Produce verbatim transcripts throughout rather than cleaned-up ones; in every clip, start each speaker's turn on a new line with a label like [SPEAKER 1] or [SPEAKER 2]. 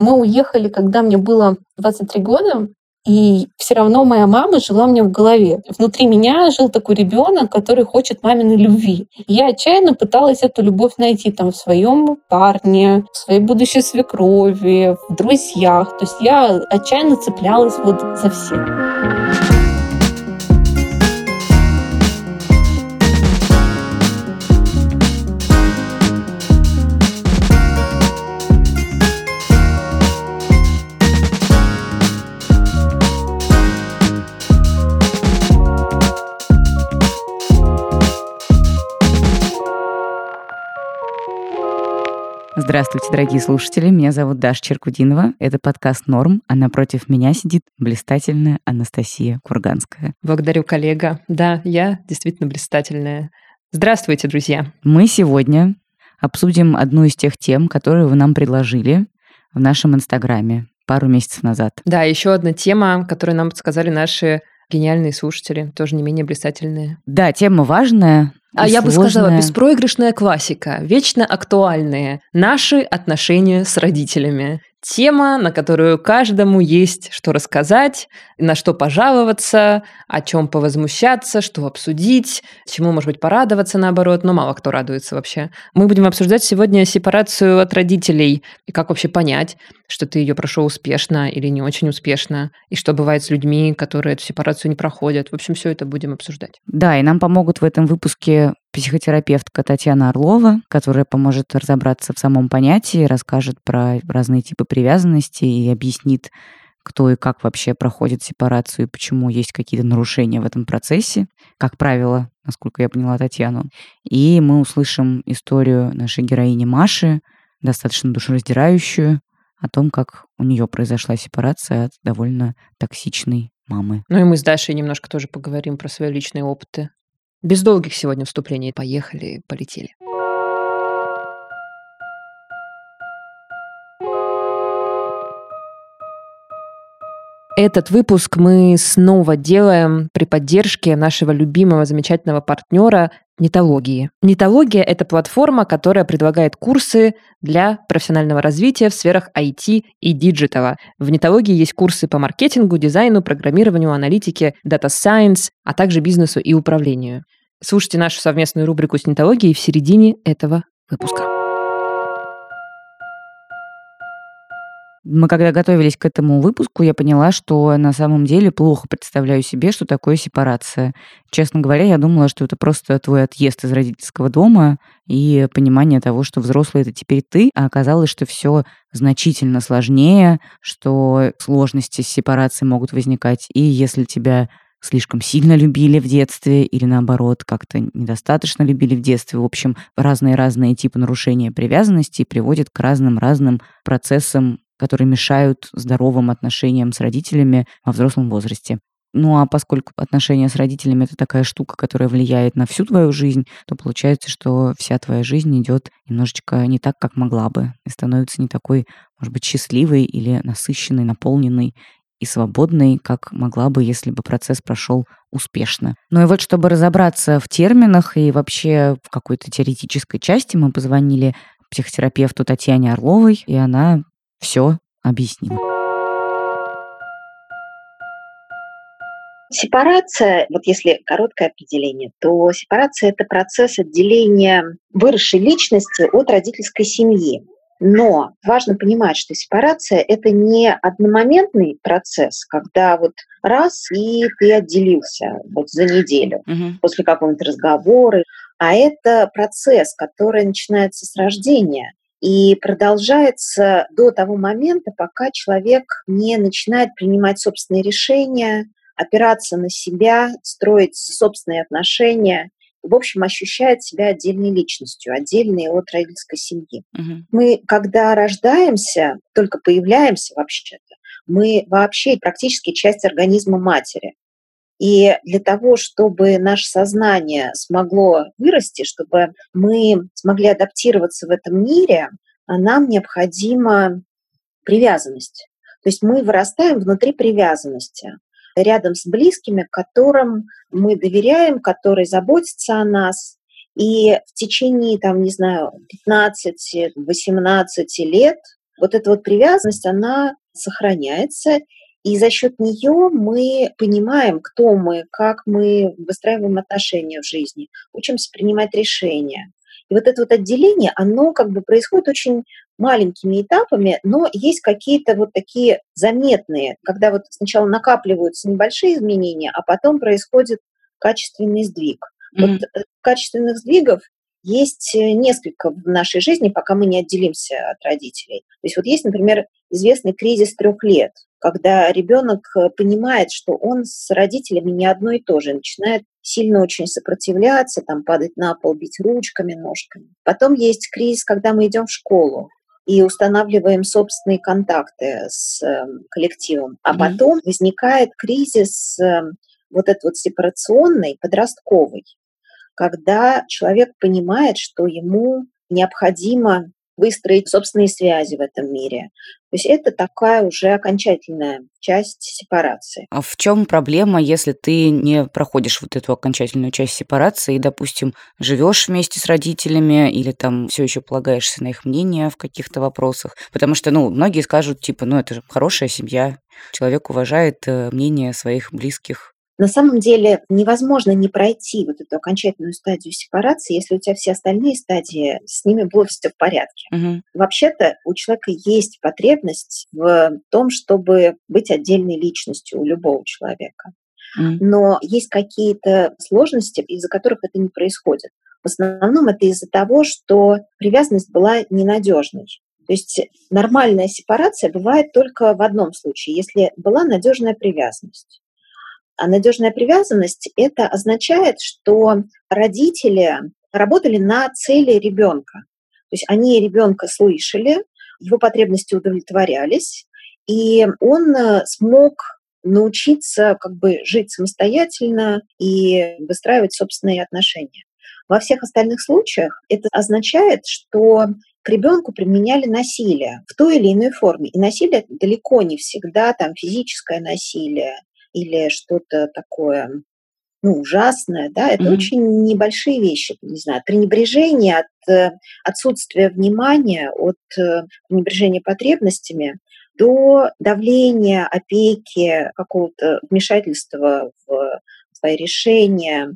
[SPEAKER 1] Мы уехали, когда мне было двадцать три года, и все равно моя мама жила мне в голове. Внутри меня жил такой ребенок, который хочет маминой любви. И я отчаянно пыталась эту любовь найти там в своем парне, в своей будущей свекрови, в друзьях. То есть я отчаянно цеплялась вот за всех.
[SPEAKER 2] Здравствуйте, дорогие слушатели. Меня зовут Даша Черкудинова. Это подкаст «Норм», а напротив меня сидит блистательная Анастасия Курганская.
[SPEAKER 3] Благодарю, коллега. Да, я действительно блистательная. Здравствуйте, друзья.
[SPEAKER 2] Мы сегодня обсудим одну из тех тем, которые вы нам предложили в нашем Инстаграме пару месяцев назад.
[SPEAKER 3] Да, еще одна тема, которую нам подсказали наши гениальные слушатели, тоже не менее блистательные.
[SPEAKER 2] Да, тема важная.
[SPEAKER 3] А я
[SPEAKER 2] сложная.
[SPEAKER 3] бы сказала, беспроигрышная классика, вечно актуальные наши отношения с родителями. Тема, на которую каждому есть что рассказать, на что пожаловаться, о чем повозмущаться, что обсудить, чему, может быть, порадоваться наоборот, но мало кто радуется вообще. Мы будем обсуждать сегодня сепарацию от родителей и как вообще понять, что ты ее прошел успешно или не очень успешно, и что бывает с людьми, которые эту сепарацию не проходят. В общем, все это будем обсуждать.
[SPEAKER 2] Да, и нам помогут в этом выпуске психотерапевтка Татьяна Орлова, которая поможет разобраться в самом понятии, расскажет про разные типы привязанности и объяснит, кто и как вообще проходит сепарацию и почему есть какие-то нарушения в этом процессе, как правило, насколько я поняла Татьяну. И мы услышим историю нашей героини Маши, достаточно душераздирающую, о том, как у нее произошла сепарация от довольно токсичной мамы.
[SPEAKER 3] Ну и мы с Дашей немножко тоже поговорим про свои личные опыты. Без долгих сегодня вступлений. Поехали, полетели. Этот выпуск мы снова делаем при поддержке нашего любимого, замечательного партнера Нетологии. Нетология — это платформа, которая предлагает курсы для профессионального развития в сферах ай ти и диджитала. В Нетологии есть курсы по маркетингу, дизайну, программированию, аналитике, дата сайенс, а также бизнесу и управлению. Слушайте нашу совместную рубрику с Нетологией в середине этого выпуска.
[SPEAKER 2] Мы когда готовились к этому выпуску, я поняла, что на самом деле плохо представляю себе, что такое сепарация. Честно говоря, я думала, что это просто твой отъезд из родительского дома и понимание того, что взрослый — это теперь ты, а оказалось, что все значительно сложнее, что сложности с сепарацией могут возникать, и если тебя слишком сильно любили в детстве или, наоборот, как-то недостаточно любили в детстве. В общем, разные-разные типы нарушения привязанности приводят к разным-разным процессам, которые мешают здоровым отношениям с родителями во взрослом возрасте. Ну а поскольку отношения с родителями — это такая штука, которая влияет на всю твою жизнь, то получается, что вся твоя жизнь идет немножечко не так, как могла бы, и становится не такой, может быть, счастливой или насыщенной, наполненной и свободной, как могла бы, если бы процесс прошел успешно. Ну и вот, чтобы разобраться в терминах и вообще в какой-то теоретической части, мы позвонили психотерапевту Татьяне Орловой, и она все объяснила.
[SPEAKER 4] Сепарация, вот если короткое определение, то сепарация — это процесс отделения выросшей личности от родительской семьи. Но важно понимать, что сепарация — это не одномоментный процесс, когда вот раз и ты отделился вот за неделю
[SPEAKER 2] Угу.
[SPEAKER 4] после какого-нибудь разговора, а это процесс, который начинается с рождения и продолжается до того момента, пока человек не начинает принимать собственные решения, опираться на себя, строить собственные отношения, в общем, ощущает себя отдельной личностью, отдельной от родительской семьи.
[SPEAKER 2] Угу.
[SPEAKER 4] Мы, когда рождаемся, только появляемся вообще-то, мы вообще практически часть организма матери. И для того, чтобы наше сознание смогло вырасти, чтобы мы смогли адаптироваться в этом мире, нам необходима привязанность. То есть мы вырастаем внутри привязанности, рядом с близкими, которым мы доверяем, которые заботятся о нас. И в течение, там, не знаю, пятнадцати-восемнадцати лет вот эта вот привязанность, она сохраняется, и за счет нее мы понимаем, кто мы, как мы выстраиваем отношения в жизни, учимся принимать решения. И вот это вот отделение, оно как бы происходит очень маленькими этапами, но есть какие-то вот такие заметные, когда вот сначала накапливаются небольшие изменения, а потом происходит качественный сдвиг. Вот
[SPEAKER 2] Мгм.
[SPEAKER 4] э, качественных сдвигов есть э, несколько в нашей жизни, пока мы не отделимся от родителей. То есть вот есть, например, известный кризис трех лет, когда ребенок э, понимает, что он с родителями не одно и то же, начинает сильно очень сопротивляться, там, падать на пол, бить ручками, ножками. Потом есть кризис, когда мы идем в школу и устанавливаем собственные контакты с э, коллективом. А
[SPEAKER 2] Мгм.
[SPEAKER 4] потом возникает кризис э, вот этот вот сепарационный, подростковый, когда человек понимает, что ему необходимо выстроить собственные связи в этом мире. То есть это такая уже окончательная часть сепарации.
[SPEAKER 2] А в чем проблема, если ты не проходишь вот эту окончательную часть сепарации и, допустим, живешь вместе с родителями или там все еще полагаешься на их мнение в каких-то вопросах? Потому что, ну, многие скажут, типа, ну, это же хорошая семья, человек уважает э, мнение своих близких.
[SPEAKER 4] На самом деле невозможно не пройти вот эту окончательную стадию сепарации, если у тебя все остальные стадии, с ними было все в порядке.
[SPEAKER 2] Мгм.
[SPEAKER 4] Вообще-то у человека есть потребность в том, чтобы быть отдельной личностью у любого человека.
[SPEAKER 2] М.
[SPEAKER 4] Но есть какие-то сложности, из-за которых это не происходит. В основном это из-за того, что привязанность была ненадежной. То есть нормальная сепарация бывает только в одном случае, если была надежная привязанность. А надежная привязанность – это означает, что родители работали на цели ребенка. То есть они ребенка слышали, его потребности удовлетворялись, и он э, смог научиться как бы жить самостоятельно и выстраивать собственные отношения. Во всех остальных случаях это означает, что к ребенку применяли насилие в той или иной форме. И насилие далеко не всегда там физическое насилие или что-то такое, ну, ужасное, да, это
[SPEAKER 2] Мгм.
[SPEAKER 4] очень небольшие вещи, не знаю, пренебрежение от э, отсутствия внимания, от э, пренебрежения потребностями до давления, опеки, какого-то вмешательства в свои решения.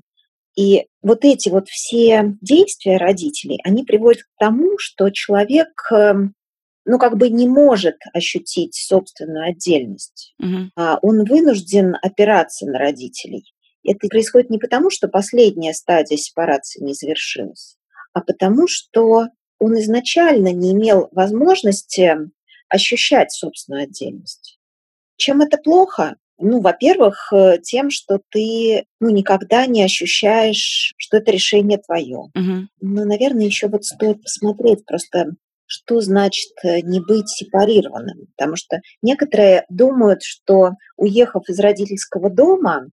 [SPEAKER 4] И вот эти вот все действия родителей, они приводят к тому, что человек, э, ну, как бы не может ощутить собственную отдельность.
[SPEAKER 2] Мгм.
[SPEAKER 4] А, он вынужден опираться на родителей. Это происходит не потому, что последняя стадия сепарации не завершилась, а потому что он изначально не имел возможности ощущать собственную отдельность. Чем это плохо? Ну, во-первых, э, тем, что ты, ну, никогда не ощущаешь, что это решение твое.
[SPEAKER 2] Мгм.
[SPEAKER 4] Ну, наверное, еще вот стоит посмотреть просто, что значит э, не быть сепарированным. Потому что некоторые думают, что, уехав из родительского дома,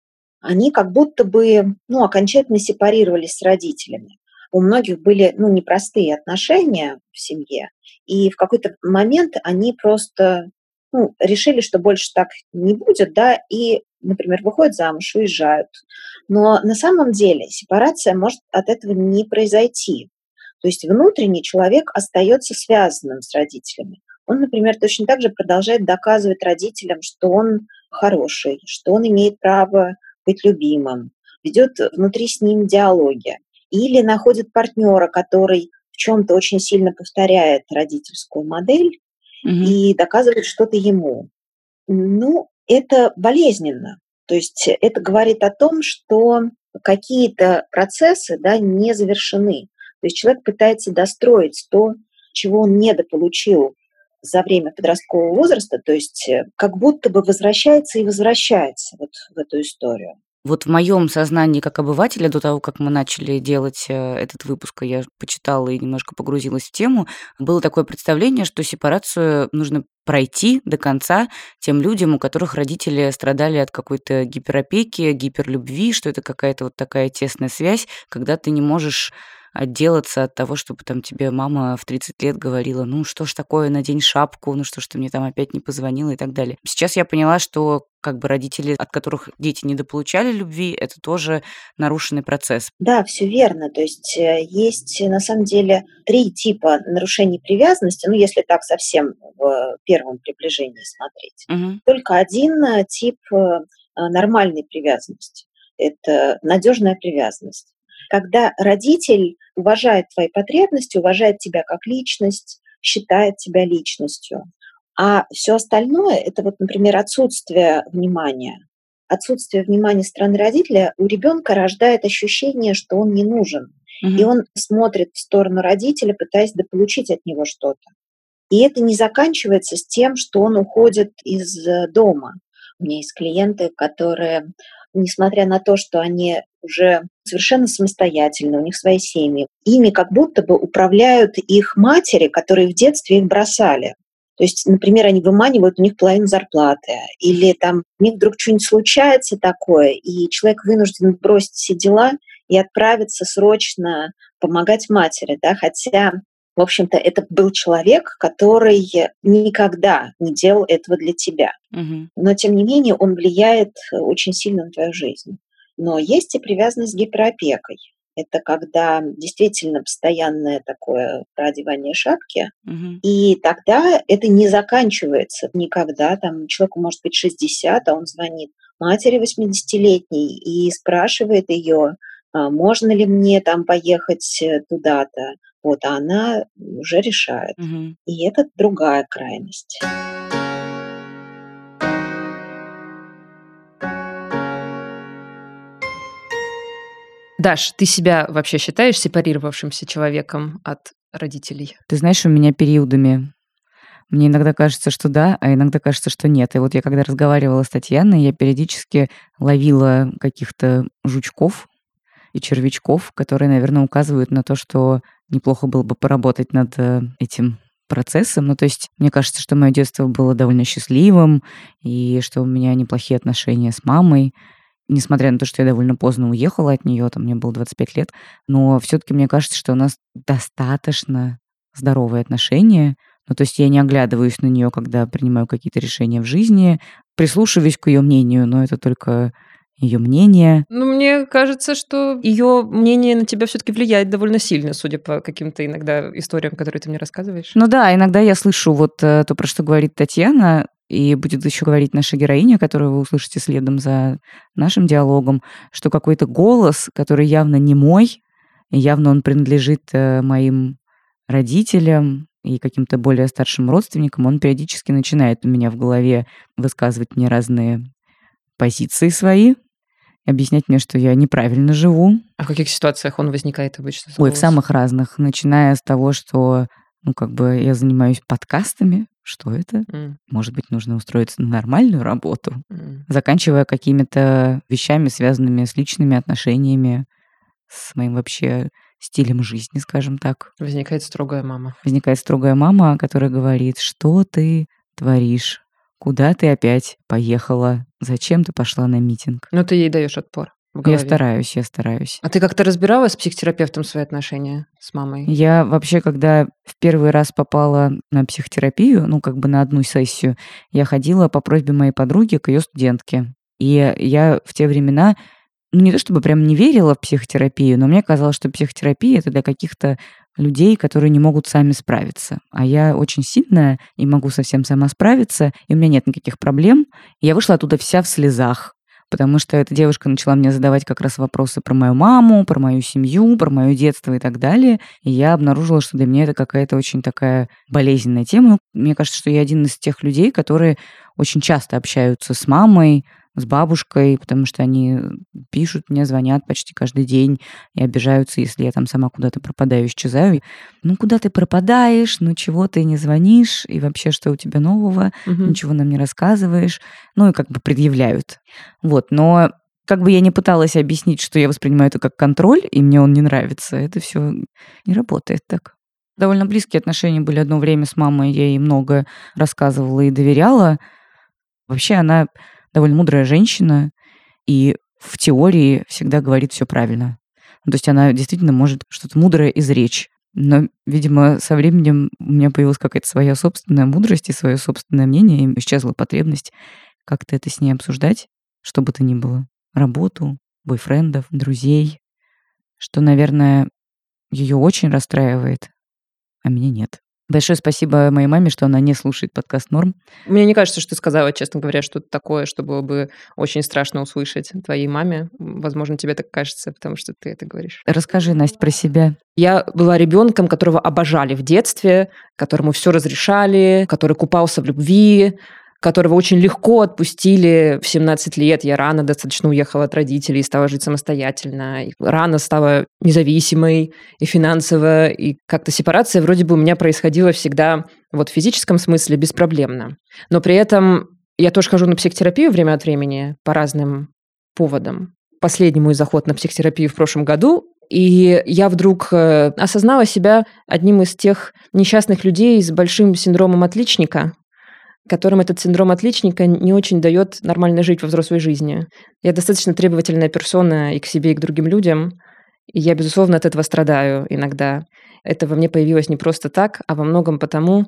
[SPEAKER 4] они как будто бы, ну, окончательно сепарировались с родителями. У многих были, ну, непростые отношения в семье, и в какой-то момент они просто, ну, решили, что больше так не будет, да, и, например, выходят замуж, уезжают. Но на самом деле сепарация может от этого не произойти. То есть внутренний человек остается связанным с родителями. Он, например, точно так же продолжает доказывать родителям, что он хороший, что он имеет право быть любимым, ведет внутри с ним диалоги. Или находит партнера, который в чем-то очень сильно повторяет родительскую модель
[SPEAKER 2] Мгм.
[SPEAKER 4] и доказывает что-то ему. Ну, это болезненно. То есть это говорит о том, что какие-то процессы, да, не завершены. То есть человек пытается достроить то, чего он недополучил за время подросткового возраста, то есть э, как будто бы возвращается и возвращается вот в эту историю.
[SPEAKER 2] Вот в моем сознании как обывателя, до того, как мы начали делать э, этот выпуск, и я почитала и немножко погрузилась в тему, было такое представление, что сепарацию нужно пройти до конца тем людям, у которых родители страдали от какой-то гиперопеки, гиперлюбви, что это какая-то вот такая тесная связь, когда ты не можешь отделаться от того, чтобы там тебе мама в тридцать лет говорила: ну что ж такое, надень шапку, ну что ж ты мне там опять не позвонила и так далее. Сейчас я поняла, что как бы родители, от которых дети недополучали любви, это тоже нарушенный процесс.
[SPEAKER 4] Да, все верно. То есть э, есть э, на самом деле три типа нарушений привязанности, ну, если так совсем в первом приближении смотреть.
[SPEAKER 2] Мгм.
[SPEAKER 4] Только один э, тип э, а, нормальной привязанности. Это надежная привязанность. Когда родитель уважает твои потребности, уважает тебя как личность, считает тебя личностью. А все остальное — это вот, например, отсутствие внимания. Отсутствие внимания со стороны родителя у ребенка рождает ощущение, что он не нужен. И
[SPEAKER 2] Мгм.
[SPEAKER 4] он смотрит в сторону родителя, пытаясь дополучить от него что-то. И это не заканчивается с тем, что он уходит из э, дома. У меня есть клиенты, которые, несмотря на то, что они уже совершенно самостоятельны, у них свои семьи, ими как будто бы управляют их матери, которые в детстве их бросали. То есть, например, они выманивают у них половину зарплаты, или там у них вдруг что-нибудь случается такое, и человек вынужден бросить все дела и отправиться срочно помогать матери, да, хотя, в общем-то, это был человек, который никогда не делал этого для тебя.
[SPEAKER 2] Мгм.
[SPEAKER 4] Но, тем не менее, он влияет э, очень сильно на твою жизнь. Но есть и привязанность с гиперопекой. Это когда действительно постоянное такое продевание шапки,
[SPEAKER 2] Мгм.
[SPEAKER 4] и тогда это не заканчивается никогда. Там человеку может быть шестьдесят, а он звонит матери восьмидесятилетней и спрашивает ее, а, можно ли мне там поехать э, туда-то. Вот, а она уже решает.
[SPEAKER 2] Мгм.
[SPEAKER 4] И это другая крайность.
[SPEAKER 3] Даш, ты себя вообще считаешь сепарировавшимся человеком от родителей?
[SPEAKER 2] Ты знаешь, у меня периодами мне иногда кажется, что да, а иногда кажется, что нет. И вот я когда разговаривала с Татьяной, я периодически ловила каких-то жучков и червячков, которые, наверное, указывают на то, что неплохо было бы поработать над э, этим процессом. Ну, то есть, мне кажется, что мое детство было довольно счастливым, и что у меня неплохие отношения с мамой, несмотря на то, что я довольно поздно уехала от нее, там мне было двадцать пять лет, но все-таки мне кажется, что у нас достаточно здоровые отношения. Ну, то есть я не оглядываюсь на нее, когда принимаю какие-то решения в жизни, прислушиваюсь к ее мнению, но это только ее мнение.
[SPEAKER 3] Ну, мне кажется, что ее мнение на тебя все-таки влияет довольно сильно, судя по каким-то иногда историям, которые ты мне рассказываешь.
[SPEAKER 2] Ну да, иногда я слышу вот э, то, про что говорит Татьяна, и будет еще говорить наша героиня, которую вы услышите следом за нашим диалогом, что какой-то голос, который явно не мой, и явно он принадлежит э, моим родителям и каким-то более старшим родственникам, он периодически начинает у меня в голове высказывать мне разные позиции свои, объяснять мне, что я неправильно живу.
[SPEAKER 3] А в каких ситуациях он возникает обычно?
[SPEAKER 2] Ой, в самых разных, начиная с того, что, ну, как бы я занимаюсь подкастами. Что это?
[SPEAKER 3] М,
[SPEAKER 2] Может быть, нужно устроиться на нормальную работу,
[SPEAKER 3] м.
[SPEAKER 2] заканчивая какими-то вещами, связанными с личными отношениями, с моим вообще стилем жизни, скажем так.
[SPEAKER 3] Возникает строгая мама.
[SPEAKER 2] Возникает строгая мама, которая говорит: что ты творишь? Куда ты опять поехала? Зачем ты пошла на митинг?
[SPEAKER 3] Но ты ей даешь отпор в
[SPEAKER 2] Я
[SPEAKER 3] голове.
[SPEAKER 2] стараюсь, я стараюсь.
[SPEAKER 3] А ты как-то разбирала с психотерапевтом свои отношения с мамой?
[SPEAKER 2] Я вообще, когда в первый раз попала на психотерапию, ну, как бы на одну сессию, я ходила по просьбе моей подруги к ее студентке. И я в те времена, ну, не то чтобы прям не верила в психотерапию, но мне казалось, что психотерапия — это для каких-то людей, которые не могут сами справиться. А я очень сильная и могу совсем сама справиться, и у меня нет никаких проблем. И я вышла оттуда вся в слезах, потому что эта девушка начала мне задавать как раз вопросы про мою маму, про мою семью, про мое детство и так далее. И я обнаружила, что для меня это какая-то очень такая болезненная тема. Мне кажется, что я один из тех людей, которые очень часто общаются с мамой, с бабушкой, потому что они пишут мне, звонят почти каждый день и обижаются, если я там сама куда-то пропадаю, исчезаю. Ну, куда ты пропадаешь? Ну, чего ты не звонишь? И вообще, что у тебя нового?
[SPEAKER 3] Мгм.
[SPEAKER 2] Ничего нам не рассказываешь. Ну, и как бы предъявляют. Вот, но как бы я не пыталась объяснить, что я воспринимаю это как контроль, и мне он не нравится, это все не работает так. Довольно близкие отношения были одно время с мамой, я ей много рассказывала и доверяла. Вообще она довольно мудрая женщина и в теории всегда говорит все правильно. То есть она действительно может что-то мудрое изречь. Но, видимо, со временем у меня появилась какая-то своя собственная мудрость и свое собственное мнение, и исчезла потребность как-то это с ней обсуждать, что бы то ни было. Работу, бойфрендов, друзей, что, наверное, ее очень расстраивает, а меня нет. Большое спасибо моей маме, что она не слушает подкаст «Норм».
[SPEAKER 3] Мне не кажется, что ты сказала, честно говоря, что-то такое, что было бы очень страшно услышать твоей маме. Возможно, тебе так кажется, потому что ты это говоришь.
[SPEAKER 2] Расскажи, Настя, про себя.
[SPEAKER 3] Я была ребенком, которого обожали в детстве, которому все разрешали, который купался в любви, которого очень легко отпустили в семнадцать лет. Я рано достаточно уехала от родителей и стала жить самостоятельно. И рано стала независимой и финансово. И как-то сепарация вроде бы у меня происходила всегда вот в физическом смысле беспроблемно. Но при этом я тоже хожу на психотерапию время от времени по разным поводам. Последний мой заход на психотерапию в прошлом году. И я вдруг осознала себя одним из тех несчастных людей с большим синдромом отличника, которым этот синдром отличника не очень дает нормально жить во взрослой жизни. Я достаточно требовательная персона и к себе, и к другим людям, и я, безусловно, от этого страдаю иногда. Это во мне появилось не просто так, а во многом потому,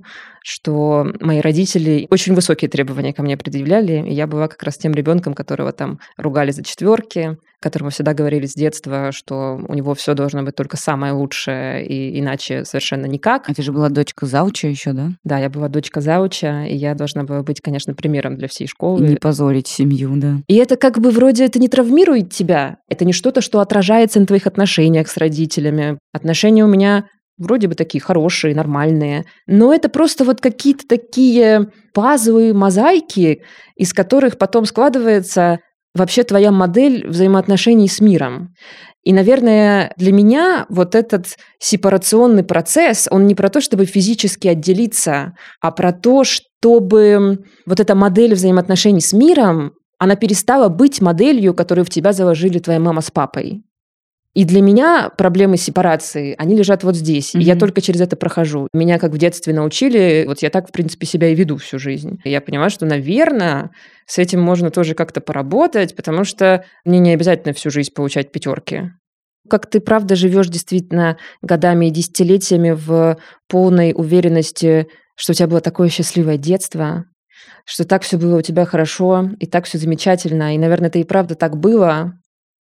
[SPEAKER 3] что мои родители очень высокие требования ко мне предъявляли, и я была как раз тем ребенком, которого там ругали за четверки, которому всегда говорили с детства, что у него все должно быть только самое лучшее, и иначе совершенно никак.
[SPEAKER 2] А ты же была дочка зауча еще, да?
[SPEAKER 3] Да, я была дочка зауча, и я должна была быть, конечно, примером для всей школы.
[SPEAKER 2] И не позорить семью, да.
[SPEAKER 3] И это как бы вроде это не травмирует тебя, это не что-то, что отражается на твоих отношениях с родителями. Отношения у меня вроде бы такие хорошие, нормальные, но это просто вот какие-то такие пазлы, мозаики, из которых потом складывается вообще твоя модель взаимоотношений с миром. И, наверное, для меня вот этот сепарационный процесс, он не про то, чтобы физически отделиться, а про то, чтобы вот эта модель взаимоотношений с миром, она перестала быть моделью, которую в тебя заложили твоя мама с папой. И для меня проблемы сепарации, они лежат вот здесь. Mm-hmm. И я только через это прохожу. Меня как в детстве научили, вот я так, в принципе, себя и веду всю жизнь. И я понимаю, что, наверное, с этим можно тоже как-то поработать, потому что мне не обязательно всю жизнь получать пятерки. Как ты, правда, живешь действительно годами и десятилетиями в полной уверенности, что у тебя было такое счастливое детство, что так все было у тебя хорошо, и так все замечательно. И, наверное, это и правда так было.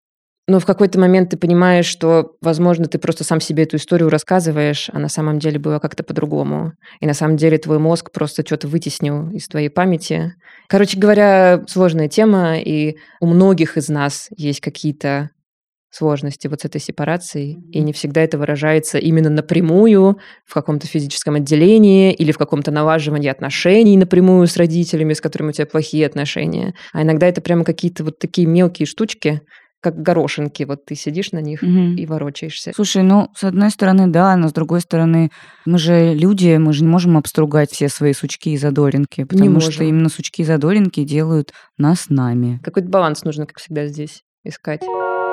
[SPEAKER 3] Но в какой-то момент ты понимаешь, что, возможно, ты просто сам себе эту историю рассказываешь, а на самом деле было как-то по-другому. И на самом деле твой мозг просто что-то вытеснил из твоей памяти. Короче говоря, сложная тема, и у многих из нас есть какие-то сложности вот с этой сепарацией, и не всегда это выражается именно напрямую в каком-то физическом отделении или в каком-то налаживании отношений напрямую с родителями, с которыми у тебя плохие отношения. А иногда это прямо какие-то вот такие мелкие штучки, как горошинки, вот ты сидишь на них угу. и ворочаешься.
[SPEAKER 2] Слушай, ну, с одной стороны, да, но с другой стороны, мы же люди, мы же не можем обстругать все свои сучки и задоринки, потому что именно сучки и задоринки делают нас нами.
[SPEAKER 3] Какой-то баланс нужно, как всегда, здесь искать.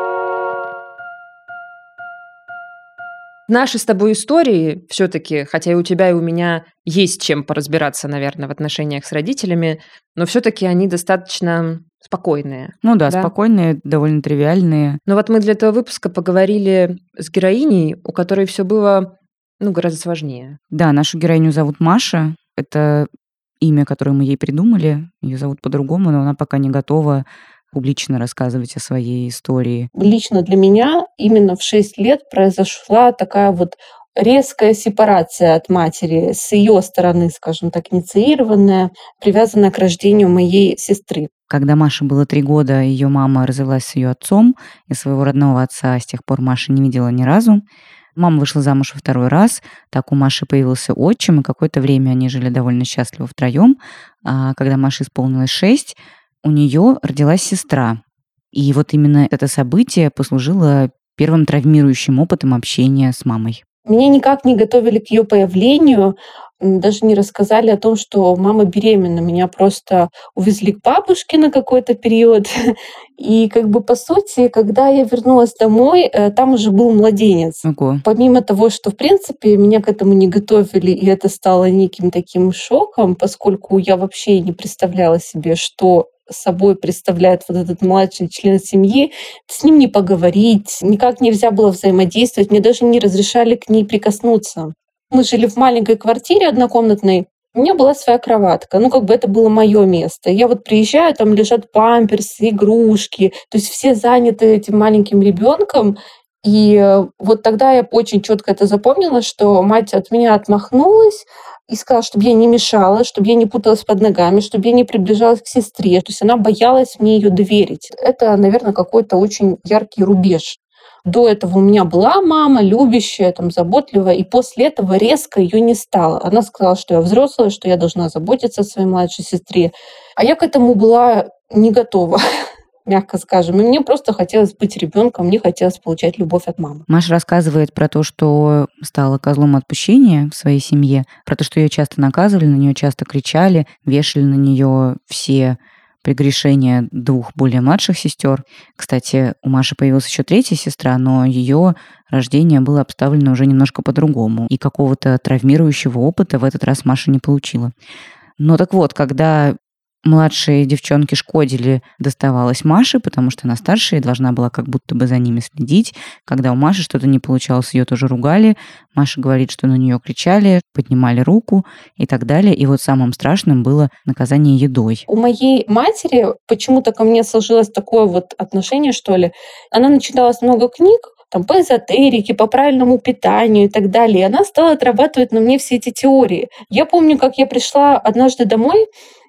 [SPEAKER 3] Наши с тобой истории все-таки, хотя и у тебя, и у меня есть чем поразбираться, наверное, в отношениях с родителями, но все-таки они достаточно спокойные.
[SPEAKER 2] Ну да, да, спокойные, довольно тривиальные.
[SPEAKER 3] Но вот мы для этого выпуска поговорили с героиней, у которой все было, ну, гораздо сложнее.
[SPEAKER 2] Да, нашу героиню зовут Маша. Это имя, которое мы ей придумали. Ее зовут по-другому, но она пока не готова публично рассказывать о своей истории.
[SPEAKER 1] Лично для меня именно в шесть лет произошла такая вот резкая сепарация от матери с ее стороны, скажем так, инициированная, привязанная к рождению моей сестры.
[SPEAKER 2] Когда Маше было три года, ее мама развелась с ее отцом, и своего родного отца с тех пор Маша не видела ни разу. Мама вышла замуж во второй раз, так у Маши появился отчим, и какое-то время они жили довольно счастливо втроем. А когда Маше исполнилось шесть, у нее родилась сестра. И вот именно это событие послужило первым травмирующим опытом общения с мамой.
[SPEAKER 1] Меня никак не готовили к ее появлению, даже не рассказали о том, что мама беременна. Меня просто увезли к бабушке на какой-то период. И как бы по сути, когда я вернулась домой, там уже был младенец.
[SPEAKER 2] Ого.
[SPEAKER 1] Помимо того, что в принципе меня к этому не готовили, и это стало неким таким шоком, поскольку я вообще не представляла себе, что собой представляет вот этот младший член семьи, с ним не поговорить, никак нельзя было взаимодействовать, мне даже не разрешали к ней прикоснуться. Мы жили в маленькой квартире однокомнатной, у меня была своя кроватка, ну как бы это было мое место. Я вот приезжаю, там лежат памперсы, игрушки, то есть все заняты этим маленьким ребенком. И вот тогда я очень четко это запомнила, что мать от меня отмахнулась и сказала, чтобы я не мешала, чтобы я не путалась под ногами, чтобы я не приближалась к сестре. То есть она боялась мне ее доверить. Это, наверное, какой-то очень яркий рубеж. До этого у меня была мама, любящая, там, заботливая, и после этого резко ее не стало. Она сказала, что я взрослая, что я должна заботиться о своей младшей сестре. А я к этому была не готова, мягко скажем. И мне просто хотелось быть ребенком, мне хотелось получать любовь от мамы.
[SPEAKER 2] Маша рассказывает про то, что стала козлом отпущения в своей семье, про то, что ее часто наказывали, на нее часто кричали, вешали на нее все прегрешения двух более младших сестер. Кстати, у Маши появилась еще третья сестра, но ее рождение было обставлено уже немножко по-другому, и какого-то травмирующего опыта в этот раз Маша не получила. Но так вот, когда младшие девчонки шкодили, доставалось Маше, потому что она старшая и должна была как будто бы за ними следить. Когда у Маши что-то не получалось, ее тоже ругали. Маша говорит, что на нее кричали, поднимали руку и так далее. И вот самым страшным было наказание едой.
[SPEAKER 1] У моей матери почему-то ко мне сложилось такое вот отношение, что ли. Она начиталась много книг, там, по эзотерике, по правильному питанию и так далее. И она стала отрабатывать на мне все эти теории. Я помню, как я пришла однажды домой,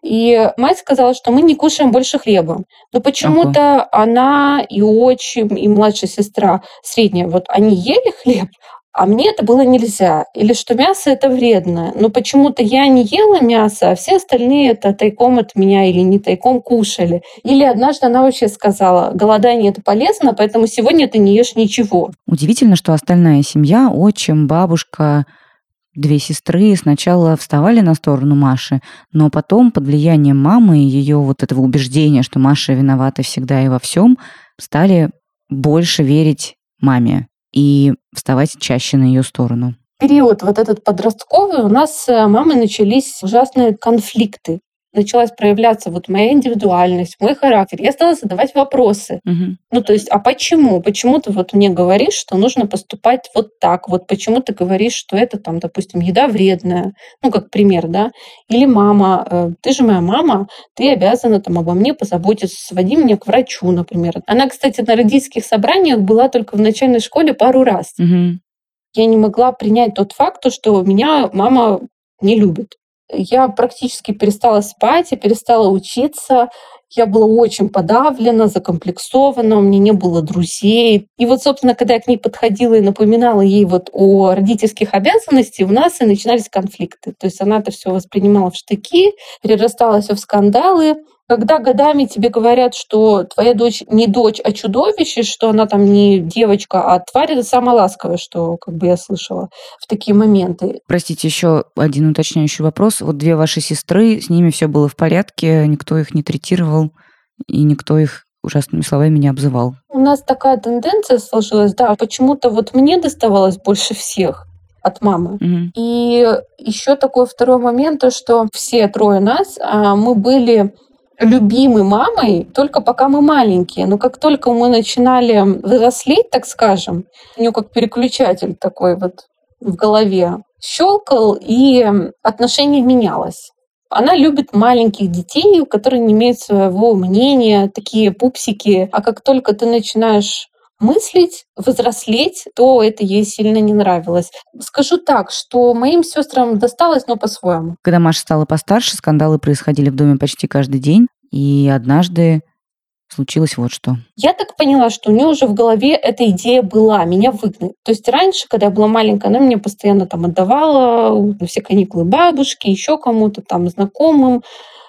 [SPEAKER 1] и мать сказала, что мы не кушаем больше хлеба. Но почему-то ага. она и отчим, и младшая сестра средняя, вот они ели хлеб, а мне это было нельзя. Или что мясо это вредно. Но почему-то я не ела мясо, а все остальные это тайком от меня или не тайком кушали. Или однажды она вообще сказала, голодание это полезно, поэтому сегодня ты не ешь ничего.
[SPEAKER 2] Удивительно, что остальная семья, отчим, бабушка, две сестры сначала вставали на сторону Маши, но потом под влиянием мамы и ее вот этого убеждения, что Маша виновата всегда и во всем, стали больше верить маме и вставать чаще на ее сторону.
[SPEAKER 1] Период вот этот подростковый у нас с мамой начались ужасные конфликты. Началась проявляться вот моя индивидуальность, мой характер. Я стала задавать вопросы.
[SPEAKER 2] Угу.
[SPEAKER 1] Ну, то есть, а почему? Почему ты вот мне говоришь, что нужно поступать вот так? Вот почему ты говоришь, что это там, допустим, еда вредная? Ну, как пример, да? Или мама, ты же моя мама, ты обязана там обо мне позаботиться, своди меня к врачу, например. Она, кстати, на родительских собраниях была только в начальной школе пару раз.
[SPEAKER 2] Угу.
[SPEAKER 1] Я не могла принять тот факт, что меня мама не любит. Я практически перестала спать, я перестала учиться. Я была очень подавлена, закомплексована, у меня не было друзей. И вот, собственно, когда я к ней подходила и напоминала ей вот о родительских обязанностях, у нас и начинались конфликты. То есть она это все воспринимала в штыки, перерастало все в скандалы. Когда годами тебе говорят, что твоя дочь не дочь, а чудовище, что она там не девочка, а тварь, это самое ласковое, что как бы я слышала в такие моменты.
[SPEAKER 2] Простите, еще один уточняющий вопрос. Вот две ваши сестры, с ними все было в порядке, никто их не третировал, и никто их ужасными словами не обзывал.
[SPEAKER 1] У нас такая тенденция сложилась, да, почему-то вот мне доставалось больше всех от мамы.
[SPEAKER 2] Угу.
[SPEAKER 1] И еще такой второй момент, то, что все трое нас, мы были любимы мамой только пока мы маленькие. Но как только мы начинали взрослеть, так скажем, у нее как переключатель такой вот в голове щелкал, и отношение менялось. Она любит маленьких детей, которые не имеют своего мнения, такие пупсики. А как только ты начинаешь мыслить, взрослеть, то это ей сильно не нравилось. Скажу так, что моим сестрам досталось, но по-своему.
[SPEAKER 2] Когда Маша стала постарше, скандалы происходили в доме почти каждый день, и однажды случилось вот что.
[SPEAKER 1] Я так поняла, что у нее уже в голове эта идея была, меня выгнать. То есть раньше, когда я была маленькая, она меня постоянно там отдавала на все каникулы бабушке, еще кому-то там знакомым.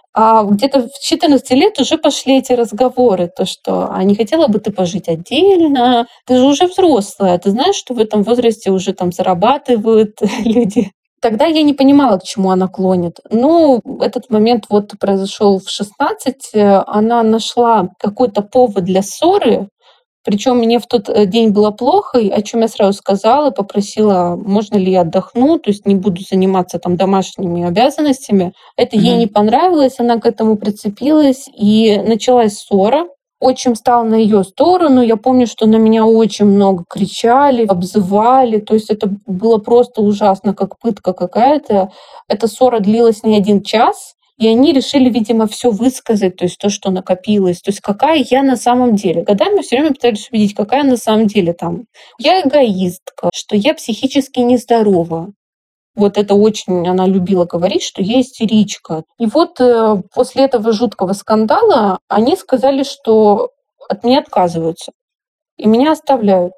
[SPEAKER 1] А где-то в четырнадцать лет уже пошли эти разговоры, то, что а не хотела бы ты пожить отдельно, ты же уже взрослая, ты знаешь, что в этом возрасте уже там зарабатывают люди. Тогда я не понимала, к чему она клонит. Но этот момент вот произошел в шестнадцать. Она нашла какой-то повод для ссоры, Причем мне в тот э, день было плохо, и о чем я сразу сказала, попросила, можно ли я отдохну, то есть не буду заниматься там домашними обязанностями. Это ей не
[SPEAKER 2] Мгм.
[SPEAKER 1] понравилось, она к этому прицепилась, и началась ссора. Отчим стал на ее сторону. Я помню, что на меня очень много кричали, обзывали. То есть это было просто ужасно, как пытка какая-то. Эта ссора длилась не один час. И они решили, видимо, все высказать, то есть то, что накопилось. То есть какая я на самом деле. Годами все время пытались убедить, какая на самом деле там. Я эгоистка, что я психически нездорова. Вот это очень она любила говорить, что я истеричка. И вот э, после этого жуткого скандала они сказали, что от меня отказываются и меня оставляют.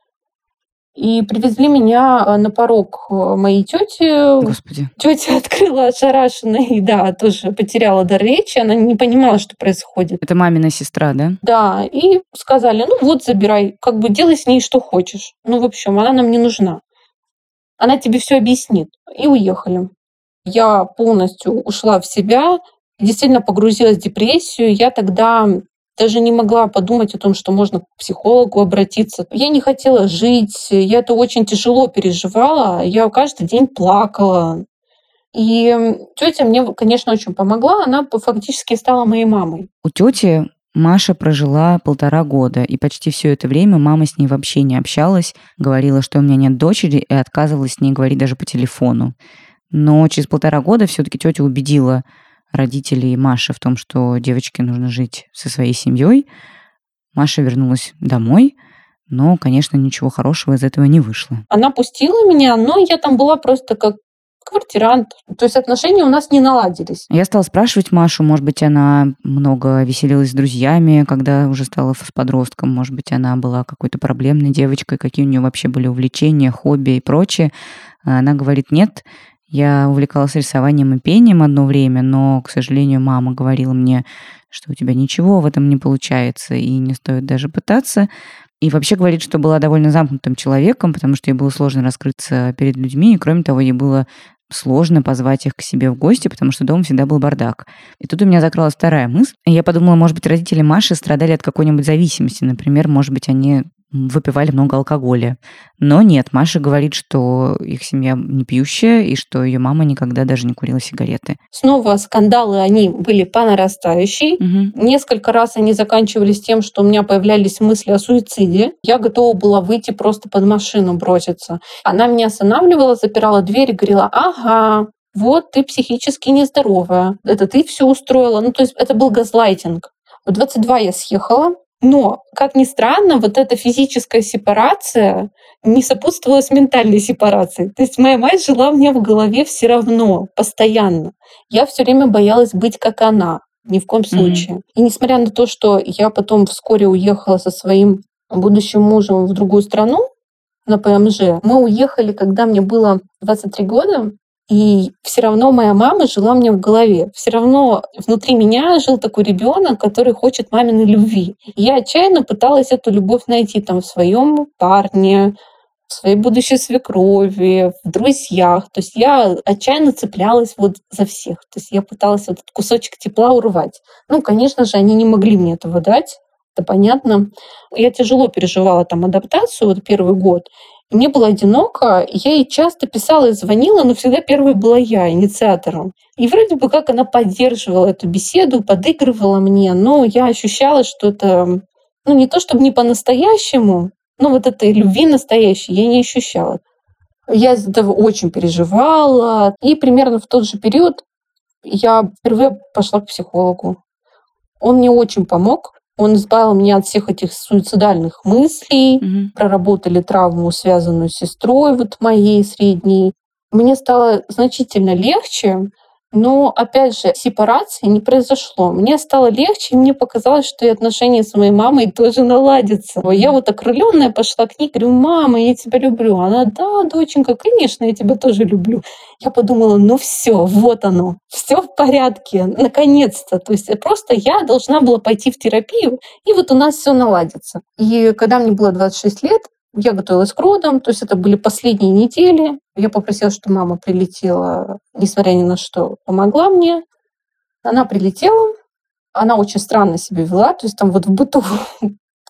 [SPEAKER 1] И привезли меня э, на порог э, моей тети.
[SPEAKER 2] Господи.
[SPEAKER 1] Тетя открыла ошарашенно и, да, тоже потеряла дар речи. Она не понимала, что происходит.
[SPEAKER 2] Это мамина сестра, да?
[SPEAKER 1] Да, и сказали, ну вот, забирай, как бы делай с ней что хочешь. Ну, в общем, она нам не нужна. Она тебе все объяснит. И уехали. Я полностью ушла в себя, действительно погрузилась в депрессию. Я тогда даже не могла подумать о том, что можно к психологу обратиться. Я не хотела жить, я это очень тяжело переживала. Я каждый день плакала. И тетя мне, конечно, очень помогла. Она п- фактически стала моей мамой.
[SPEAKER 2] У тети Маша прожила полтора года, и почти все это время мама с ней вообще не общалась, говорила, что у меня нет дочери, и отказывалась с ней говорить даже по телефону. Но через полтора года все-таки тетя убедила родителей Маши в том, что девочке нужно жить со своей семьей. Маша вернулась домой, но, конечно, ничего хорошего из этого не вышло.
[SPEAKER 1] Она пустила меня, но я там была просто как квартирант. То есть отношения у нас не наладились.
[SPEAKER 2] Я стала спрашивать Машу, может быть, она много веселилась с друзьями, когда уже стала с подростком, может быть, она была какой-то проблемной девочкой, какие у нее вообще были увлечения, хобби и прочее. А Она говорит, нет, я увлекалась рисованием и пением одно время, но, к сожалению, мама говорила мне, что у тебя ничего в этом не получается и не стоит даже пытаться. И вообще говорит, что была довольно замкнутым человеком, потому что ей было сложно раскрыться перед людьми, и кроме того, ей было сложно позвать их к себе в гости, потому что дома всегда был бардак. И тут у меня закралась вторая мысль. И я подумала, может быть, родители Маши страдали от какой-нибудь зависимости. Например, может быть, они выпивали много алкоголя. Но нет, Маша говорит, что их семья не пьющая, и что ее мама никогда даже не курила сигареты.
[SPEAKER 1] Снова скандалы, они были по нарастающей.
[SPEAKER 2] Мгм.
[SPEAKER 1] Несколько раз они заканчивались тем, что у меня появлялись мысли о суициде. Я готова была выйти просто под машину броситься. Она меня останавливала, запирала дверь и говорила, ага, вот ты психически нездоровая, это ты все устроила. Ну, то есть это был газлайтинг. В двадцать два я съехала, но, как ни странно, вот эта физическая сепарация не сопутствовала с ментальной сепарацией. То есть моя мать жила у меня в голове все равно, постоянно. Я все время боялась быть как она. Ни в коем
[SPEAKER 2] Мгм.
[SPEAKER 1] случае. И несмотря на то, что я потом вскоре уехала со своим будущим мужем в другую страну на ПМЖ, мы уехали, когда мне было двадцать три года, и все равно моя мама жила у меня в голове. Все равно внутри меня жил такой ребенок, который хочет маминой любви. И я отчаянно пыталась эту любовь найти там в своем парне, в своей будущей свекрови, в друзьях. То есть я отчаянно цеплялась вот за всех. То есть я пыталась вот этот кусочек тепла урвать. Ну, конечно же, они не могли мне этого дать, это понятно. Я тяжело переживала там адаптацию вот первый год. И мне было одиноко, и я ей часто писала и звонила, но всегда первой была я, инициатором. И вроде бы как она поддерживала эту беседу, подыгрывала мне, но я ощущала, что это, ну, не то чтобы не по-настоящему, но вот этой любви настоящей я не ощущала. Я из-за этого очень переживала. И примерно в тот же период я впервые пошла к психологу. Он мне очень помог. Он избавил меня от всех этих суицидальных мыслей.
[SPEAKER 2] Мгм.
[SPEAKER 1] Проработали травму, связанную с сестрой вот моей средней. Мне стало значительно легче, но, опять же, сепарации не произошло. Мне стало легче, и мне показалось, что и отношения с моей мамой тоже наладятся. Я вот окрыленная пошла к ней, говорю, мама, я тебя люблю. Она, да, доченька, конечно, я тебя тоже люблю. Я подумала, ну все, вот оно, все в порядке, наконец-то. То есть просто я должна была пойти в терапию, и вот у нас все наладится. И когда мне было двадцать шесть лет, я готовилась к родам, то есть это были последние недели. Я попросила, чтобы мама прилетела, несмотря ни на что, помогла мне. Она прилетела, она очень странно себя вела, то есть там вот в быту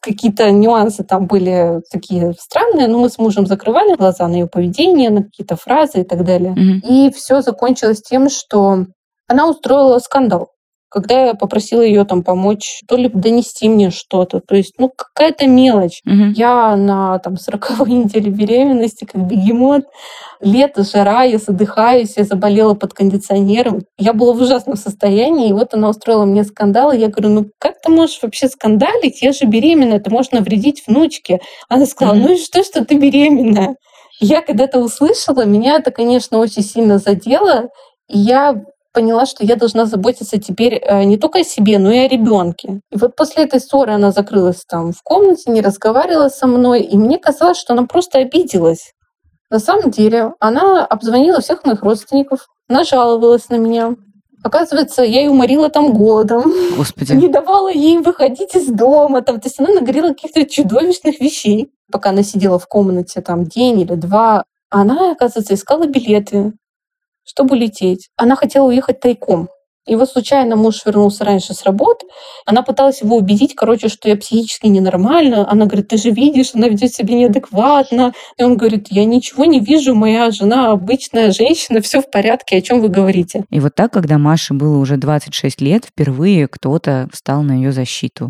[SPEAKER 1] какие-то нюансы там были такие странные, но мы с мужем закрывали глаза на ее поведение, на какие-то фразы и так далее.
[SPEAKER 2] Мгм.
[SPEAKER 1] И все закончилось тем, что она устроила скандал, когда я попросила ее там помочь, то ли донести мне что-то. То есть, ну, какая-то мелочь.
[SPEAKER 2] Мгм.
[SPEAKER 1] Я на там сороковой неделе беременности, как бегемот, лето, жара, я задыхаюсь, я заболела под кондиционером. Я была в ужасном состоянии, и вот она устроила мне скандал, и я говорю, ну как ты можешь вообще скандалить? Я же беременная, это может навредить внучке. Она сказала,
[SPEAKER 2] Мгм.
[SPEAKER 1] ну и что, что ты беременная? И я когда это услышала, меня это, конечно, очень сильно задело, и я поняла, что я должна заботиться теперь э, не только о себе, но и о ребенке. И вот после этой ссоры она закрылась там в комнате, не разговаривала со мной, и мне казалось, что она просто обиделась. На самом деле она обзвонила всех моих родственников, нажаловалась на меня. Оказывается, я ее уморила там голодом,
[SPEAKER 2] Господи.
[SPEAKER 1] не давала ей выходить из дома. Там, то есть она наговорила каких-то чудовищных вещей, пока она сидела в комнате там день или два. Она, оказывается, искала билеты, чтобы лететь. Она хотела уехать тайком. И вот случайно муж вернулся раньше с работы. Она пыталась его убедить, короче, что я психически ненормальна. Она говорит, ты же видишь, она ведет себя неадекватно. И он говорит, я ничего не вижу, моя жена обычная женщина, все в порядке, о чем вы говорите?
[SPEAKER 2] И вот так, когда Маше было уже двадцать шесть лет, впервые кто-то встал на ее защиту.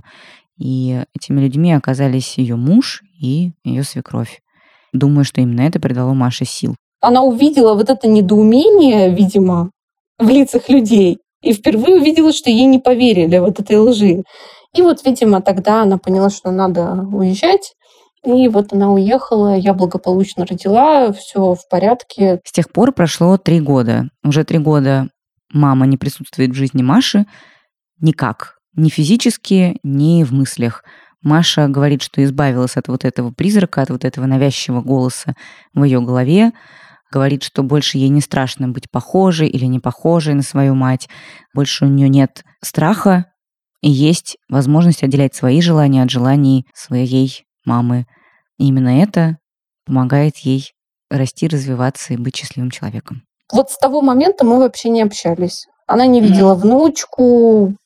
[SPEAKER 2] И этими людьми оказались ее муж и ее свекровь. Думаю, что именно это придало Маше сил.
[SPEAKER 1] Она увидела вот это недоумение, видимо, в лицах людей. И впервые увидела, что ей не поверили вот этой лжи. И вот, видимо, тогда она поняла, что надо уезжать. И вот она уехала, я благополучно родила, все в порядке.
[SPEAKER 2] С тех пор прошло три года. Уже три года мама не присутствует в жизни Маши никак. Ни физически, ни в мыслях. Маша говорит, что избавилась от вот этого призрака, от вот этого навязчивого голоса в ее голове. Говорит, что больше ей не страшно быть похожей или не похожей на свою мать. Больше у нее нет страха, и есть возможность отделять свои желания от желаний своей мамы. И именно это помогает ей расти, развиваться и быть счастливым человеком.
[SPEAKER 1] Вот с того момента мы вообще не общались. Она не видела внучку,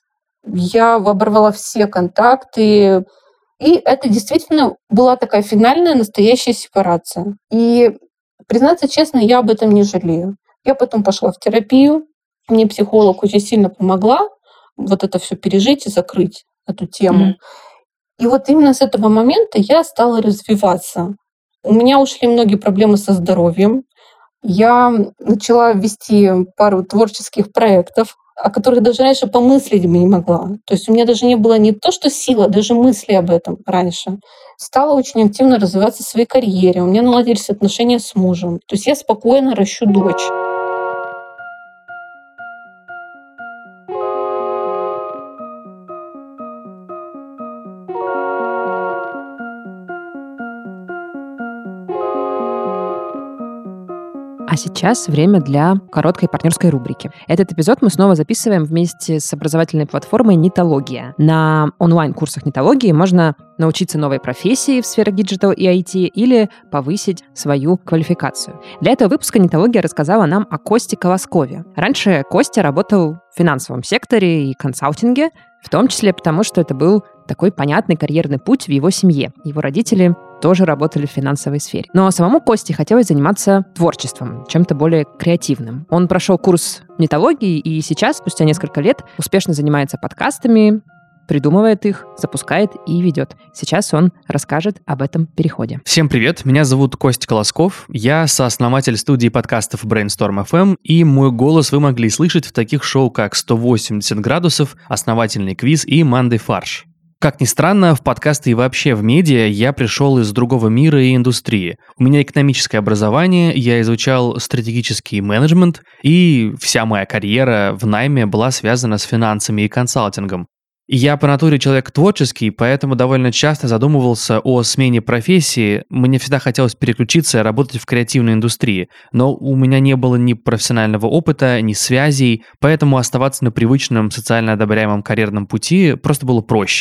[SPEAKER 1] я оборвала все контакты. И это действительно была такая финальная, настоящая сепарация. И, признаться честно, я об этом не жалею. Я потом пошла в терапию, мне психолог очень сильно помогла вот это все пережить и закрыть, эту тему.
[SPEAKER 2] Мгм.
[SPEAKER 1] И вот именно с этого момента я стала развиваться. У меня ушли многие проблемы со здоровьем. Я начала вести пару творческих проектов, о которых даже раньше помыслить бы не могла. То есть у меня даже не было не то, что сила, даже мысли об этом раньше. Стала очень активно развиваться в своей карьере. У меня наладились отношения с мужем. То есть я спокойно ращу дочь.
[SPEAKER 3] А сейчас время для короткой партнерской рубрики. Этот эпизод мы снова записываем вместе с образовательной платформой «Нитология». На онлайн-курсах «Нитологии» можно научиться новой профессии в сфере диджитал и ай ти или повысить свою квалификацию. Для этого выпуска «Нитология» рассказала нам о Косте Колоскове. Раньше Костя работал в финансовом секторе и консалтинге, в том числе потому, что это был такой понятный карьерный путь в его семье. Его родители тоже работали в финансовой сфере. Но самому Косте хотелось заниматься творчеством, чем-то более креативным. Он прошел курс нитологии и сейчас, спустя несколько лет, успешно занимается подкастами, придумывает их, запускает и ведет. Сейчас он расскажет об этом переходе.
[SPEAKER 5] Всем привет, меня зовут Костя Колосков, я сооснователь студии подкастов Brainstorm эф эм, и мой голос вы могли слышать в таких шоу, как сто восемьдесят градусов, Основательный квиз и Мандай фарш. Как ни странно, в подкасты и вообще в медиа я пришел из другого мира и индустрии. У меня экономическое образование, я изучал стратегический менеджмент, и вся моя карьера в найме была связана с финансами и консалтингом. Я по натуре человек творческий, поэтому довольно часто задумывался о смене профессии. Мне всегда хотелось переключиться и работать в креативной индустрии, но у меня не было ни профессионального опыта, ни связей, поэтому оставаться на привычном социально одобряемом карьерном пути просто было проще.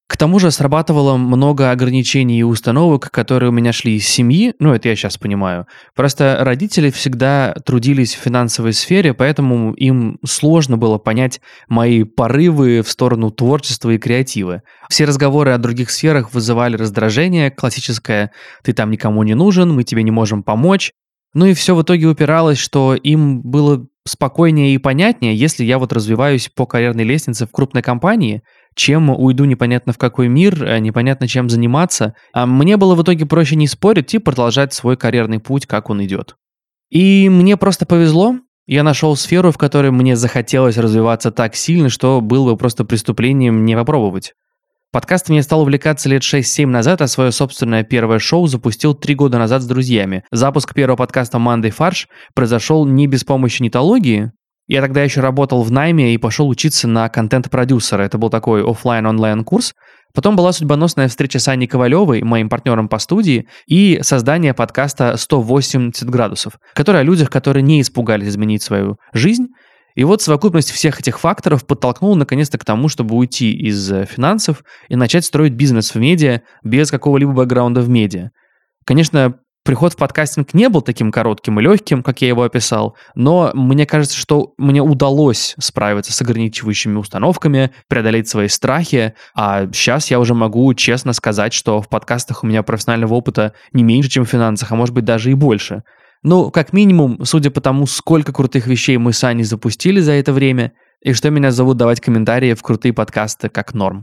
[SPEAKER 5] К тому же срабатывало много ограничений и установок, которые у меня шли из семьи, ну, это я сейчас понимаю. Просто родители всегда трудились в финансовой сфере, поэтому им сложно было понять мои порывы в сторону творчества и креатива. Все разговоры о других сферах вызывали раздражение, классическое «ты там никому не нужен, мы тебе не можем помочь». Ну и все в итоге упиралось, что им было спокойнее и понятнее, если я вот развиваюсь по карьерной лестнице в крупной компании, чем уйду непонятно в какой мир, э, непонятно чем заниматься. А мне было в итоге проще не спорить и продолжать свой карьерный путь, как он идет. И мне просто повезло. Я нашел сферу, в которой мне захотелось развиваться так сильно, что было бы просто преступлением не попробовать. Подкастом я стал увлекаться лет шесть-семь назад, а свое собственное первое шоу запустил три года назад с друзьями. Запуск первого подкаста «Мандай фарш» произошел не без помощи нетологии. Я тогда еще работал в найме и пошел учиться на контент-продюсера. Это был такой офлайн-онлайн курс. Потом была судьбоносная встреча с Аней Ковалевой, моим партнером по студии, и создание подкаста сто восемьдесят градусов, который о людях, которые не испугались изменить свою жизнь. И вот совокупность всех этих факторов подтолкнула наконец-то к тому, чтобы уйти из финансов и начать строить бизнес в медиа без какого-либо бэкграунда в медиа. Конечно, приход в подкастинг не был таким коротким и легким, как я его описал, но мне кажется, что мне удалось справиться с ограничивающими установками, преодолеть свои страхи, а сейчас я уже могу честно сказать, что в подкастах у меня профессионального опыта не меньше, чем в финансах, а может быть даже и больше. Ну, как минимум, судя по тому, сколько крутых вещей мы с Аней запустили за это время, и что меня зовут давать комментарии в крутые подкасты как норм.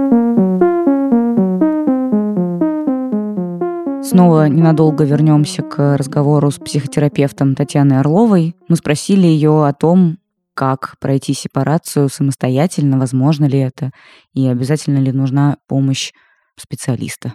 [SPEAKER 2] Снова ненадолго вернемся к разговору с психотерапевтом Татьяной Орловой. Мы спросили ее о том, как пройти сепарацию самостоятельно, возможно ли это, и обязательно ли нужна помощь специалиста.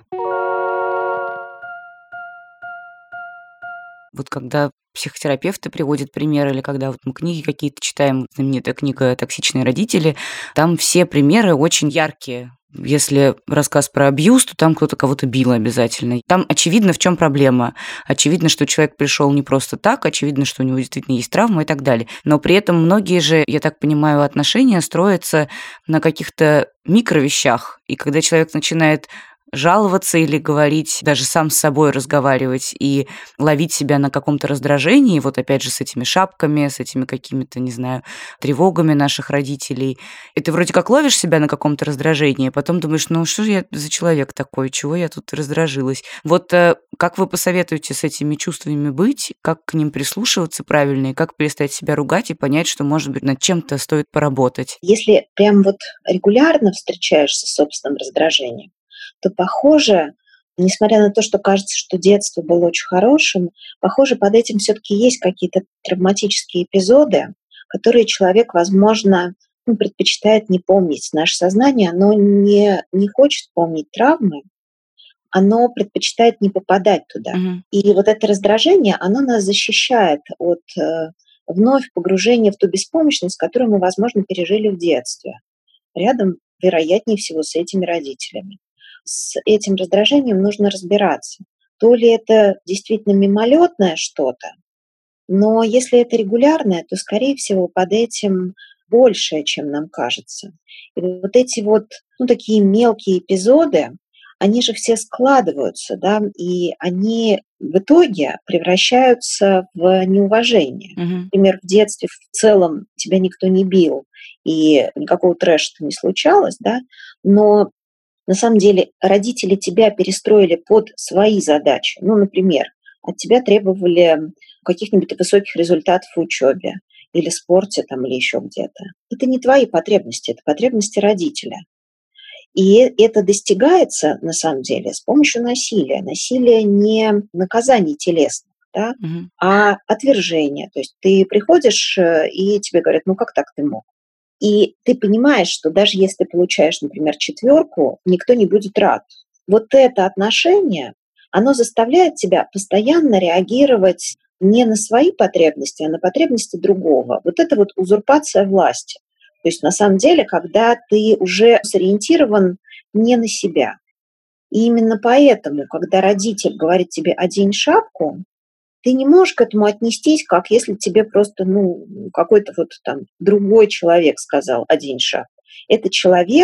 [SPEAKER 2] Вот когда психотерапевты приводят примеры, или когда вот мы книги какие-то читаем, знаменитая книга «Токсичные родители», там все примеры очень яркие. Если рассказ про абьюз, то там кто-то кого-то бил обязательно. Там очевидно, в чем проблема. Очевидно, что человек пришел не просто так, очевидно, что у него действительно есть травма и так далее. Но при этом многие же, я так понимаю, отношения строятся на каких-то микровещах. И когда человек начинает жаловаться или говорить, даже сам с собой разговаривать и ловить себя на каком-то раздражении, вот опять же с этими шапками, с этими какими-то, не знаю, тревогами наших родителей. И ты вроде как ловишь себя на каком-то раздражении, а потом думаешь, ну что же я за человек такой, чего я тут раздражилась? Вот как вы посоветуете с этими чувствами быть, как к ним прислушиваться правильно, и как перестать себя ругать и понять, что, может быть, над чем-то стоит поработать?
[SPEAKER 4] Если прям вот регулярно встречаешься с собственным раздражением, то, похоже, несмотря на то, что кажется, что детство было очень хорошим, похоже, под этим все-таки есть какие-то травматические эпизоды, которые человек, возможно, ну, предпочитает не помнить. Наше сознание, оно не, не хочет помнить травмы, оно предпочитает не попадать туда.
[SPEAKER 2] Мгм.
[SPEAKER 4] И вот это раздражение, оно нас защищает от э, вновь погружения в ту беспомощность, которую мы, возможно, пережили в детстве. Рядом, вероятнее всего, с этими родителями. С этим раздражением нужно разбираться. То ли это действительно мимолетное что-то, но если это регулярное, то, скорее всего, под этим большее, чем нам кажется. И вот эти вот, ну, такие мелкие эпизоды, они же все складываются, да, и они в итоге превращаются в неуважение.
[SPEAKER 2] Мгм.
[SPEAKER 4] Например, в детстве в целом тебя никто не бил, и никакого трэша не случалось, да, но на самом деле родители тебя перестроили под свои задачи. Ну, например, от тебя требовали каких-нибудь высоких результатов в учебе или спорте там, или еще где-то. Это не твои потребности, это потребности родителя. И это достигается, на самом деле, с помощью насилия. Насилие не наказание телесных, да,
[SPEAKER 2] Мгм.
[SPEAKER 4] а отвержение. То есть ты приходишь, э, и тебе говорят, ну как так ты мог? И ты понимаешь, что даже если ты получаешь, например, четверку, никто не будет рад. Вот это отношение, оно заставляет тебя постоянно реагировать не на свои потребности, а на потребности другого. Вот это вот узурпация власти. То есть на самом деле, когда ты уже сориентирован не на себя. И именно поэтому, когда родитель говорит тебе «одень шапку», ты не можешь к этому отнестись, как если тебе просто, ну, какой-то вот там другой человек сказал «одень шапку». Это человек,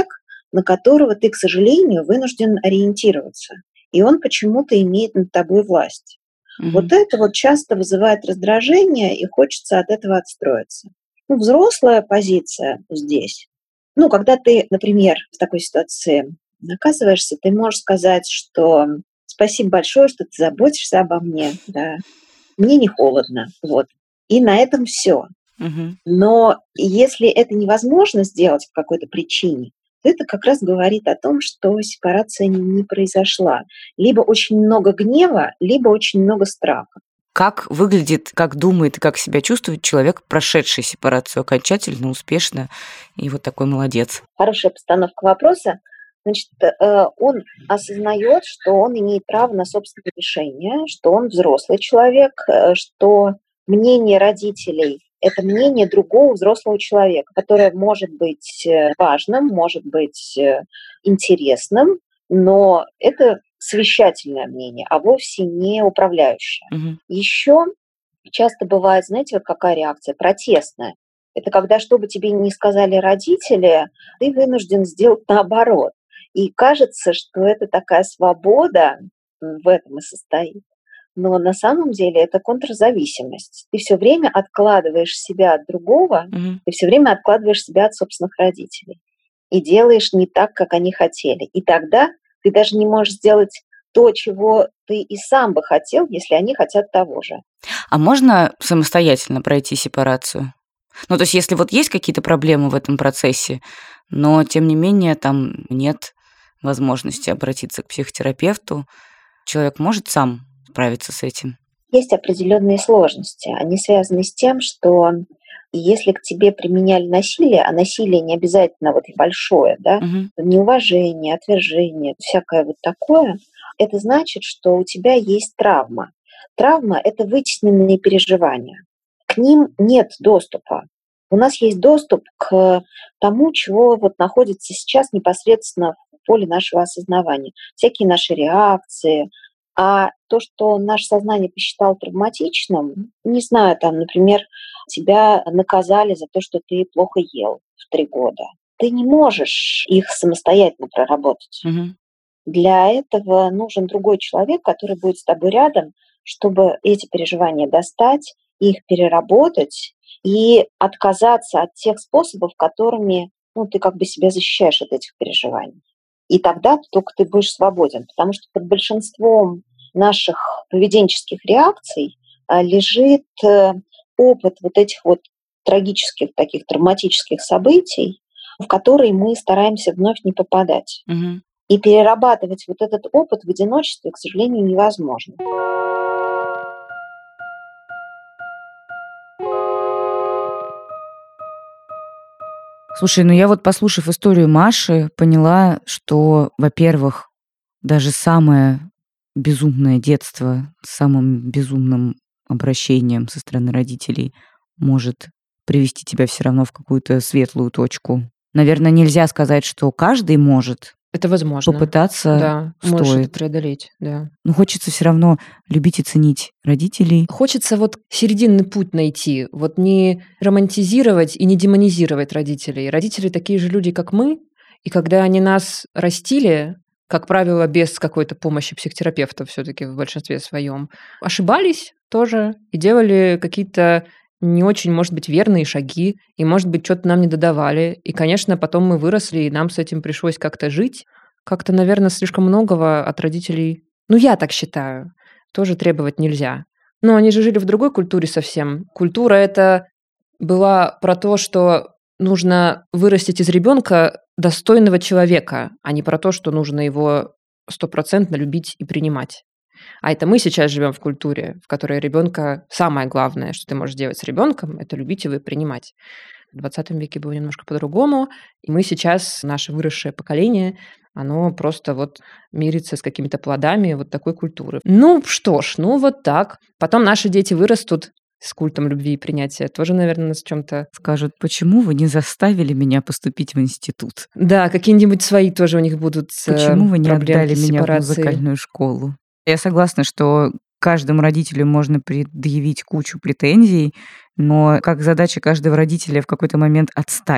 [SPEAKER 4] на которого ты, к сожалению, вынужден ориентироваться. И он почему-то имеет над тобой власть.
[SPEAKER 2] Мгм.
[SPEAKER 4] Вот это вот часто вызывает раздражение, и хочется от этого отстроиться. Ну, взрослая позиция здесь. Ну, когда ты, например, в такой ситуации оказываешься, ты можешь сказать, что спасибо большое, что ты заботишься обо мне, да, мне не холодно, вот. И на этом все.
[SPEAKER 2] Мгм.
[SPEAKER 4] Но если это невозможно сделать по какой-то причине, то это как раз говорит о том, что сепарация не произошла. Либо очень много гнева, либо очень много страха.
[SPEAKER 2] Как выглядит, как думает и как себя чувствует человек, прошедший сепарацию окончательно, успешно, и вот такой молодец?
[SPEAKER 4] Хорошая постановка вопроса. Значит, э, он осознает, что он имеет право на собственное решение, что он взрослый человек, э, что мнение родителей – это мнение другого взрослого человека, которое может быть э, важным, может быть э, интересным, но это совещательное мнение, а вовсе не управляющее.
[SPEAKER 2] Мгм.
[SPEAKER 4] Еще часто бывает, знаете, вот какая реакция? Протестная. Это когда, что бы тебе ни сказали родители, ты вынужден сделать наоборот. И кажется, что это такая свобода, м, в этом и состоит. Но на самом деле это контрзависимость. Ты все время откладываешь себя от другого,
[SPEAKER 2] Мгм.
[SPEAKER 4] ты все время откладываешь себя от собственных родителей и делаешь не так, как они хотели. И тогда ты даже не можешь сделать то, чего ты и сам бы хотел, если они хотят того же.
[SPEAKER 2] А можно самостоятельно пройти сепарацию? Ну, то есть, если вот есть какие-то проблемы в этом процессе, но тем не менее там нет возможности обратиться к психотерапевту, человек может сам справиться с этим?
[SPEAKER 4] Есть определенные сложности. Они связаны с тем, что если к тебе применяли насилие, а насилие не обязательно вот большое, да,
[SPEAKER 2] Мгм.
[SPEAKER 4] неуважение, отвержение, всякое вот такое, это значит, что у тебя есть травма. Травма – это вытесненные переживания. К ним нет доступа. У нас есть доступ к тому, чего вот находится сейчас непосредственно в поле нашего осознавания. Всякие наши реакции. А то, что наше сознание посчитало травматичным, не знаю, там, например, тебя наказали за то, что ты плохо ел в три года. Ты не можешь их самостоятельно проработать.
[SPEAKER 2] Мгм.
[SPEAKER 4] Для этого нужен другой человек, который будет с тобой рядом, чтобы эти переживания достать, их переработать и отказаться от тех способов, которыми ну, ты как бы себя защищаешь от этих переживаний. И тогда только ты будешь свободен, потому что под большинством наших поведенческих реакций а, лежит э, опыт вот этих вот трагических, таких травматических событий, в которые мы стараемся вновь не попадать.
[SPEAKER 2] Мгм.
[SPEAKER 4] И перерабатывать вот этот опыт в одиночестве, к сожалению, невозможно.
[SPEAKER 2] Слушай, ну я вот, послушав историю Маши, поняла, что, во-первых, даже самое безумное детство с самым безумным обращением со стороны родителей может привести тебя все равно в какую-то светлую точку. Наверное, нельзя сказать, что каждый может.
[SPEAKER 3] Это возможно.
[SPEAKER 2] Попытаться
[SPEAKER 3] Да, можешь это
[SPEAKER 2] стоит.
[SPEAKER 3] преодолеть, да.
[SPEAKER 2] Но хочется все равно любить и ценить родителей.
[SPEAKER 3] Хочется вот серединный путь найти, вот не романтизировать и не демонизировать родителей. Родители такие же люди, как мы, и когда они нас растили, как правило, без какой-то помощи психотерапевта все-таки в большинстве своем, ошибались тоже и делали какие-то не очень, может быть, верные шаги, и, может быть, что-то нам не додавали. И, конечно, потом мы выросли, и нам с этим пришлось как-то жить. Как-то, наверное, слишком многого от родителей, ну, я так считаю, тоже требовать нельзя. Но они же жили в другой культуре совсем. Культура это была про то, что нужно вырастить из ребенка достойного человека, а не про то, что нужно его стопроцентно любить и принимать. А это мы сейчас живем в культуре, в которой ребенка самое главное, что ты можешь делать с ребенком, это любить его и принимать. В двадцатом веке было немножко по-другому, и мы сейчас, наше выросшее поколение, оно просто вот мирится с какими-то плодами вот такой культуры. Ну что ж, ну вот так. Потом наши дети вырастут с культом любви и принятия. Тоже, наверное, нас в чем-то...
[SPEAKER 2] Скажут, почему вы не заставили меня поступить в институт?
[SPEAKER 3] Да, какие-нибудь свои тоже у них будут э,
[SPEAKER 2] Почему вы не
[SPEAKER 3] проблемки
[SPEAKER 2] отдали
[SPEAKER 3] с
[SPEAKER 2] меня в
[SPEAKER 3] сепарацией.
[SPEAKER 2] музыкальную школу? Я согласна, что каждому родителю можно предъявить кучу претензий, но как задача каждого родителя в какой-то момент отстать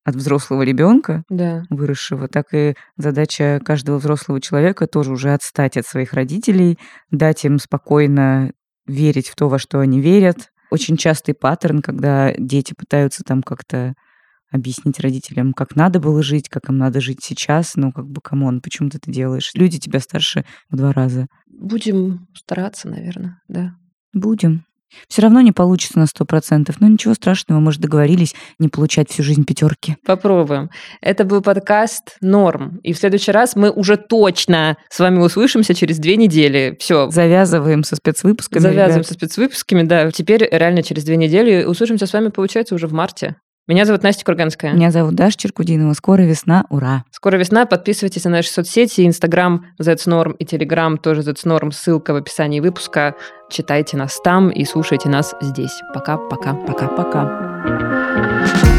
[SPEAKER 2] от взрослого ребенка,
[SPEAKER 3] Да.
[SPEAKER 2] выросшего, так и задача каждого взрослого человека тоже уже отстать от своих родителей, дать им спокойно верить в то, во что они верят. Очень частый паттерн, когда дети пытаются там как-то объяснить родителям, как надо было жить, как им надо жить сейчас. Ну, как бы, камон, почему ты это делаешь? Люди тебя старше в два раза.
[SPEAKER 3] Будем стараться, наверное, да.
[SPEAKER 2] Будем. Все равно не получится на сто процентов. Но ничего страшного, мы же договорились не получать всю жизнь пятерки.
[SPEAKER 3] Попробуем. Это был подкаст «Норм». И в следующий раз мы уже точно с вами услышимся через две недели. Все.
[SPEAKER 2] Завязываем со спецвыпусками.
[SPEAKER 3] Завязываем
[SPEAKER 2] ребят.
[SPEAKER 3] со спецвыпусками, да. Теперь реально через две недели услышимся с вами, получается, уже в марте. Меня зовут Настя Курганская.
[SPEAKER 2] Меня зовут Даша Черкудинова. Скоро весна. Ура!
[SPEAKER 3] Скоро весна. Подписывайтесь на наши соцсети. Инстаграм Znorm и Телеграм тоже Znorm. Ссылка в описании выпуска. Читайте нас там и слушайте нас здесь. Пока-пока-пока-пока.